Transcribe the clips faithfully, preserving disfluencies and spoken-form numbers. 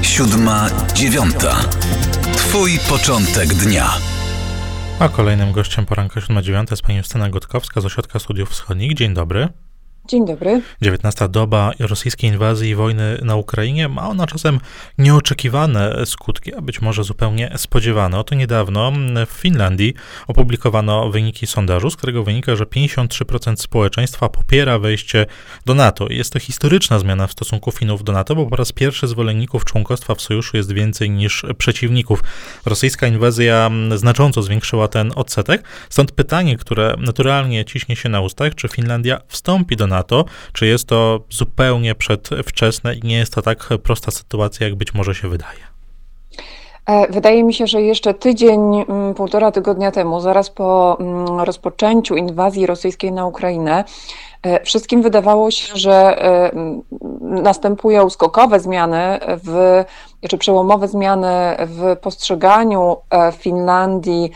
Siódma, dziewiąta. Twój początek dnia. A kolejnym gościem poranka siódma dziewiąta jest pani Justyna Gotkowska z Ośrodka Studiów Wschodnich. Dzień dobry. Dzień dobry. dziewiętnasta doba rosyjskiej inwazji i wojny na Ukrainie ma ona czasem nieoczekiwane skutki, a być może zupełnie spodziewane. Oto niedawno w Finlandii opublikowano wyniki sondażu, z którego wynika, że pięćdziesiąt trzy procent społeczeństwa popiera wejście do NATO. Jest to historyczna zmiana w stosunku Finów do NATO, bo po raz pierwszy zwolenników członkostwa w sojuszu jest więcej niż przeciwników. Rosyjska inwazja znacząco zwiększyła ten odsetek, stąd pytanie, które naturalnie ciśnie się na ustach, czy Finlandia wstąpi do NATO, czy jest to zupełnie przedwczesne i nie jest to tak prosta sytuacja, jak być może się wydaje? Wydaje mi się, że jeszcze tydzień, półtora tygodnia temu, zaraz po rozpoczęciu inwazji rosyjskiej na Ukrainę, wszystkim wydawało się, że następują skokowe zmiany, w, czy przełomowe zmiany w postrzeganiu Finlandii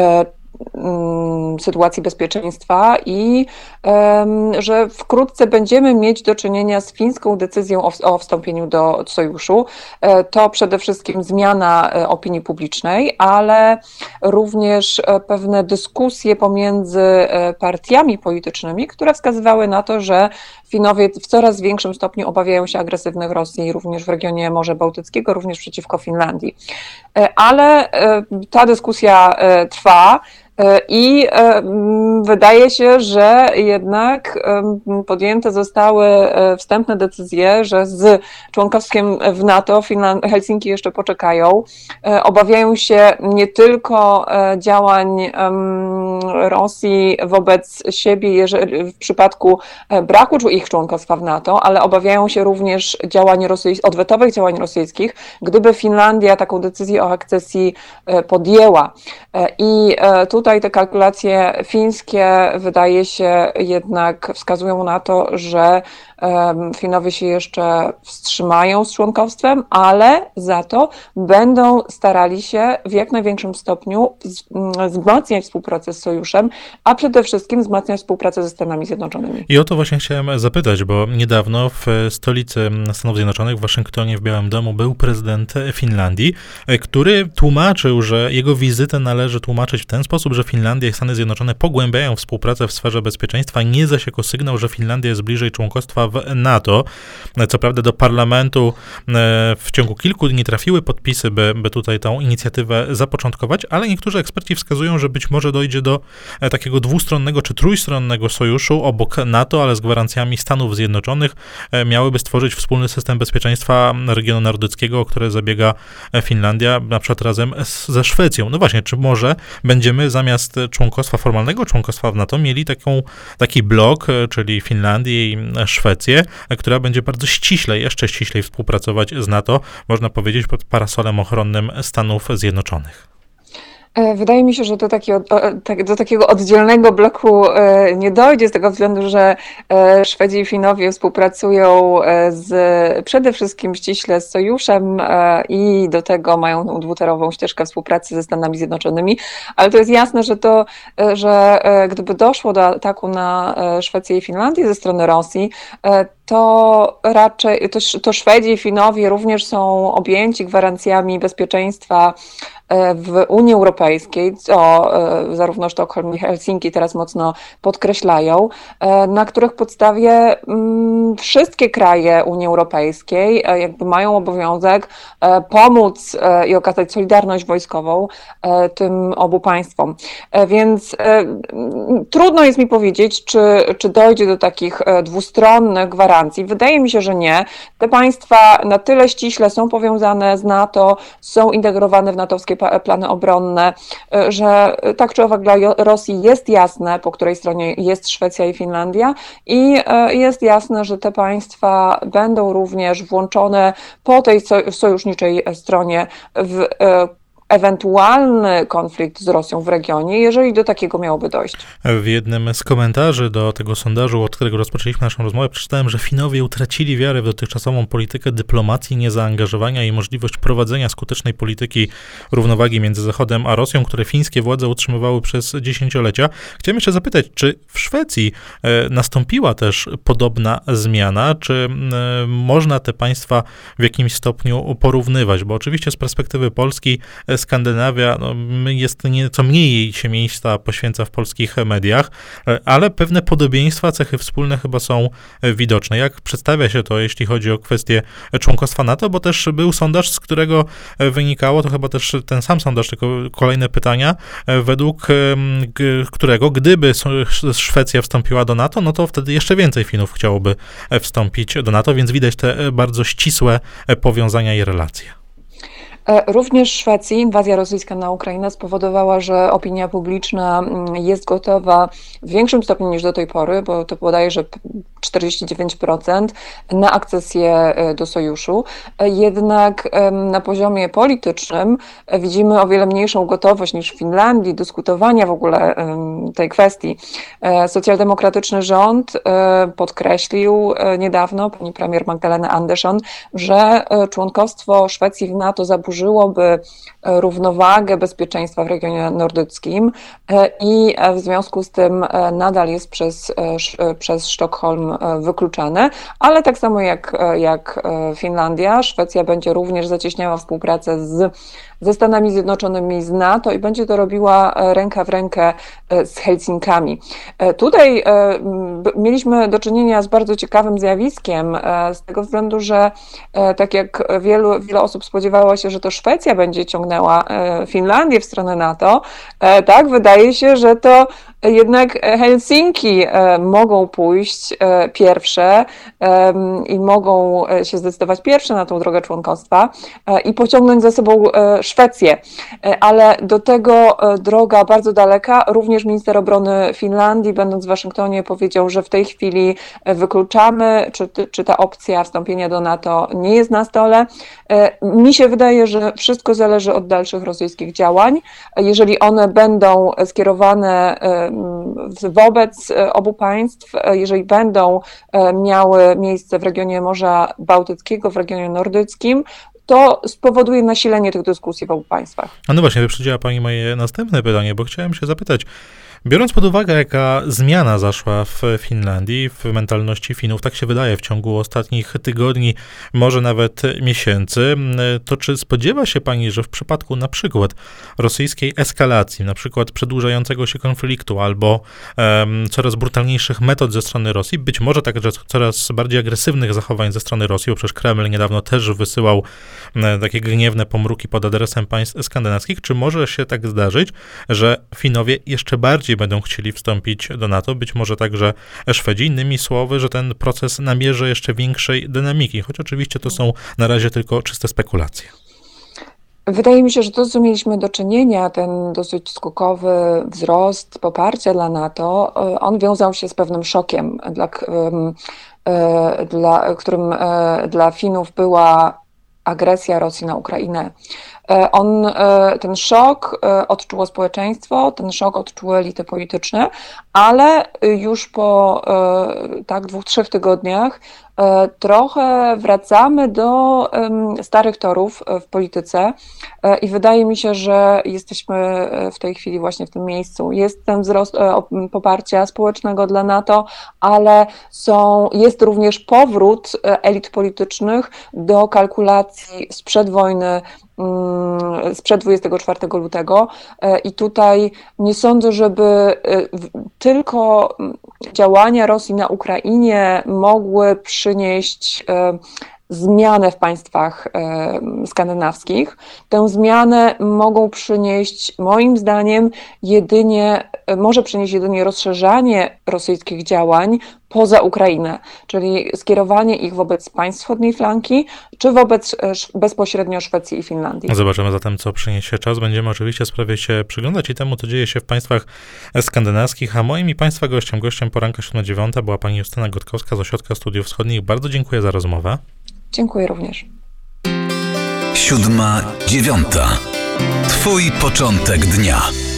sytuacji bezpieczeństwa i um, że wkrótce będziemy mieć do czynienia z fińską decyzją o, o wstąpieniu do sojuszu. To przede wszystkim zmiana opinii publicznej, ale również pewne dyskusje pomiędzy partiami politycznymi, które wskazywały na to, że Finowie w coraz większym stopniu obawiają się agresywnych Rosji, również w regionie Morza Bałtyckiego, również przeciwko Finlandii. Ale ta dyskusja trwa. I wydaje się, że jednak podjęte zostały wstępne decyzje, że z członkostwem w NATO Finland- Helsinki jeszcze poczekają. Obawiają się nie tylko działań Rosji wobec siebie, jeżeli w przypadku braku ich członkostwa w NATO, ale obawiają się również działań rosyjs- odwetowych działań rosyjskich, gdyby Finlandia taką decyzję o akcesji podjęła. I tutaj te kalkulacje fińskie, wydaje się, jednak wskazują na to, że Finowie się jeszcze wstrzymają z członkostwem, ale za to będą starali się w jak największym stopniu wzmacniać współpracę z sojuszem, a przede wszystkim wzmacniać współpracę ze Stanami Zjednoczonymi. I o to właśnie chciałem zapytać, bo niedawno w stolicy Stanów Zjednoczonych, w Waszyngtonie, w Białym Domu, był prezydent Finlandii, który tłumaczył, że jego wizytę należy tłumaczyć w ten sposób, że Finlandia i Stany Zjednoczone pogłębiają współpracę w sferze bezpieczeństwa, nie zaś jako sygnał, że Finlandia jest bliżej członkostwa w NATO. Co prawda do parlamentu w ciągu kilku dni trafiły podpisy, by, by tutaj tą inicjatywę zapoczątkować, ale niektórzy eksperci wskazują, że być może dojdzie do takiego dwustronnego czy trójstronnego sojuszu obok NATO, ale z gwarancjami Stanów Zjednoczonych, miałyby stworzyć wspólny system bezpieczeństwa regionu nordyckiego, o które zabiega Finlandia, na przykład razem z, ze Szwecją. No właśnie, czy może będziemy zamiast członkostwa, formalnego członkostwa w NATO, mieli taką, taki blok, czyli Finlandię i Szwecję, która będzie bardzo ściśle, jeszcze ściślej współpracować z NATO, można powiedzieć pod parasolem ochronnym Stanów Zjednoczonych. Wydaje mi się, że do, taki, do takiego oddzielnego bloku nie dojdzie, z tego względu, że Szwedzi i Finowie współpracują z, przede wszystkim ściśle z sojuszem i do tego mają tą dwutorową ścieżkę współpracy ze Stanami Zjednoczonymi, ale to jest jasne, że to, że gdyby doszło do ataku na Szwecję i Finlandię ze strony Rosji, to raczej to, to Szwedzi i Finowie również są objęci gwarancjami bezpieczeństwa w Unii Europejskiej, co zarówno Sztokholm i Helsinki teraz mocno podkreślają, na których podstawie wszystkie kraje Unii Europejskiej jakby mają obowiązek pomóc i okazać solidarność wojskową tym obu państwom. Więc trudno jest mi powiedzieć, czy, czy dojdzie do takich dwustronnych gwarancji. Wydaje mi się, że nie. Te państwa na tyle ściśle są powiązane z NATO, są integrowane w natowskie plany obronne, że tak czy owak dla Rosji jest jasne, po której stronie jest Szwecja i Finlandia i jest jasne, że te państwa będą również włączone po tej sojuszniczej stronie w ewentualny konflikt z Rosją w regionie, jeżeli do takiego miałoby dojść. W jednym z komentarzy do tego sondażu, od którego rozpoczęliśmy naszą rozmowę, przeczytałem, że Finowie utracili wiarę w dotychczasową politykę dyplomacji, niezaangażowania i możliwość prowadzenia skutecznej polityki równowagi między Zachodem a Rosją, które fińskie władze utrzymywały przez dziesięciolecia. Chciałem jeszcze zapytać, czy w Szwecji e, nastąpiła też podobna zmiana, czy e, można te państwa w jakimś stopniu porównywać, bo oczywiście z perspektywy Polski e, Skandynawia no, jest nieco mniej się miejsca poświęca w polskich mediach, e, ale pewne podobieństwa, cechy wspólne chyba są e, widoczne. Jak przedstawia się to, jeśli chodzi o kwestię członkostwa NATO, bo też był sondaż, z którego e, wynikało, to chyba też ten sam sondaż, tylko kolejne pytania, e, według e, g, którego gdyby Szwecja wstąpiła do NATO, no to wtedy jeszcze więcej Finów chciałoby wstąpić do NATO, więc widać te bardzo ścisłe powiązania i relacje. Również w Szwecji inwazja rosyjska na Ukrainę spowodowała, że opinia publiczna jest gotowa w większym stopniu niż do tej pory, bo to bodajże czterdzieści dziewięć procent na akcesję do sojuszu. Jednak na poziomie politycznym widzimy o wiele mniejszą gotowość niż w Finlandii dyskutowania w ogóle tej kwestii. Socjaldemokratyczny rząd podkreślił niedawno, pani premier Magdalena Andersson, że członkostwo Szwecji w NATO zaburzyłoby równowagę bezpieczeństwa w regionie nordyckim i w związku z tym nadal jest przez, przez Sztokholm wykluczane, ale tak samo jak, jak Finlandia, Szwecja będzie również zacieśniała współpracę z, ze Stanami Zjednoczonymi, z NATO i będzie to robiła ręka w rękę z Helsinkami. Tutaj mieliśmy do czynienia z bardzo ciekawym zjawiskiem, z tego względu, że tak jak wielu, wiele osób spodziewało się, że to Szwecja będzie ciągnęła Finlandię w stronę NATO, tak, wydaje się, że to jednak Helsinki mogą pójść pierwsze i mogą się zdecydować pierwsze na tą drogę członkostwa i pociągnąć za sobą Szwecję. Ale do tego droga bardzo daleka. Również minister obrony Finlandii, będąc w Waszyngtonie, powiedział, że w tej chwili wykluczamy, czy, czy ta opcja wstąpienia do NATO nie jest na stole. Mi się wydaje, że wszystko zależy od dalszych rosyjskich działań. Jeżeli one będą skierowane wobec obu państw, jeżeli będą miały miejsce w regionie Morza Bałtyckiego, w regionie nordyckim, to spowoduje nasilenie tych dyskusji w obu państwach. A no właśnie, wyprzedziła pani moje następne pytanie, bo chciałem się zapytać, biorąc pod uwagę, jaka zmiana zaszła w Finlandii, w mentalności Finów, tak się wydaje w ciągu ostatnich tygodni, może nawet miesięcy, to czy spodziewa się pani, że w przypadku na przykład rosyjskiej eskalacji, na przykład przedłużającego się konfliktu albo um, coraz brutalniejszych metod ze strony Rosji, być może także coraz bardziej agresywnych zachowań ze strony Rosji, bo przecież Kreml niedawno też wysyłał um, takie gniewne pomruki pod adresem państw skandynawskich, czy może się tak zdarzyć, że Finowie jeszcze bardziej będą chcieli wstąpić do NATO, być może także Szwedzi. Innymi słowy, że ten proces nabierze jeszcze większej dynamiki, choć oczywiście to są na razie tylko czyste spekulacje. Wydaje mi się, że to, co mieliśmy do czynienia, ten dosyć skokowy wzrost poparcia dla NATO, on wiązał się z pewnym szokiem, dla, dla, którym dla Finów była agresja Rosji na Ukrainę. On, ten szok odczuło społeczeństwo, ten szok odczuły elity polityczne, ale już po tak dwóch, trzech tygodniach trochę wracamy do starych torów w polityce i wydaje mi się, że jesteśmy w tej chwili właśnie w tym miejscu. Jest ten wzrost poparcia społecznego dla NATO, ale są, jest również powrót elit politycznych do kalkulacji sprzed wojny, sprzed dwudziestego czwartego lutego i tutaj nie sądzę, żeby tylko działania Rosji na Ukrainie mogły przynieść zmianę w państwach skandynawskich. Tę zmianę mogą przynieść, moim zdaniem, jedynie, może przynieść jedynie rozszerzanie rosyjskich działań poza Ukrainę, czyli skierowanie ich wobec państw wschodniej flanki, czy wobec bezpośrednio Szwecji i Finlandii. Zobaczymy zatem, co przyniesie czas. Będziemy oczywiście sprawie się przyglądać i temu, co dzieje się w państwach skandynawskich, a moim i państwa gościem, gościem poranka siódma dziewiąta była pani Justyna Gotkowska z Ośrodka Studiów Wschodnich. Bardzo dziękuję za rozmowę. Dziękuję również. Siódma dziewiąta. Twój początek dnia.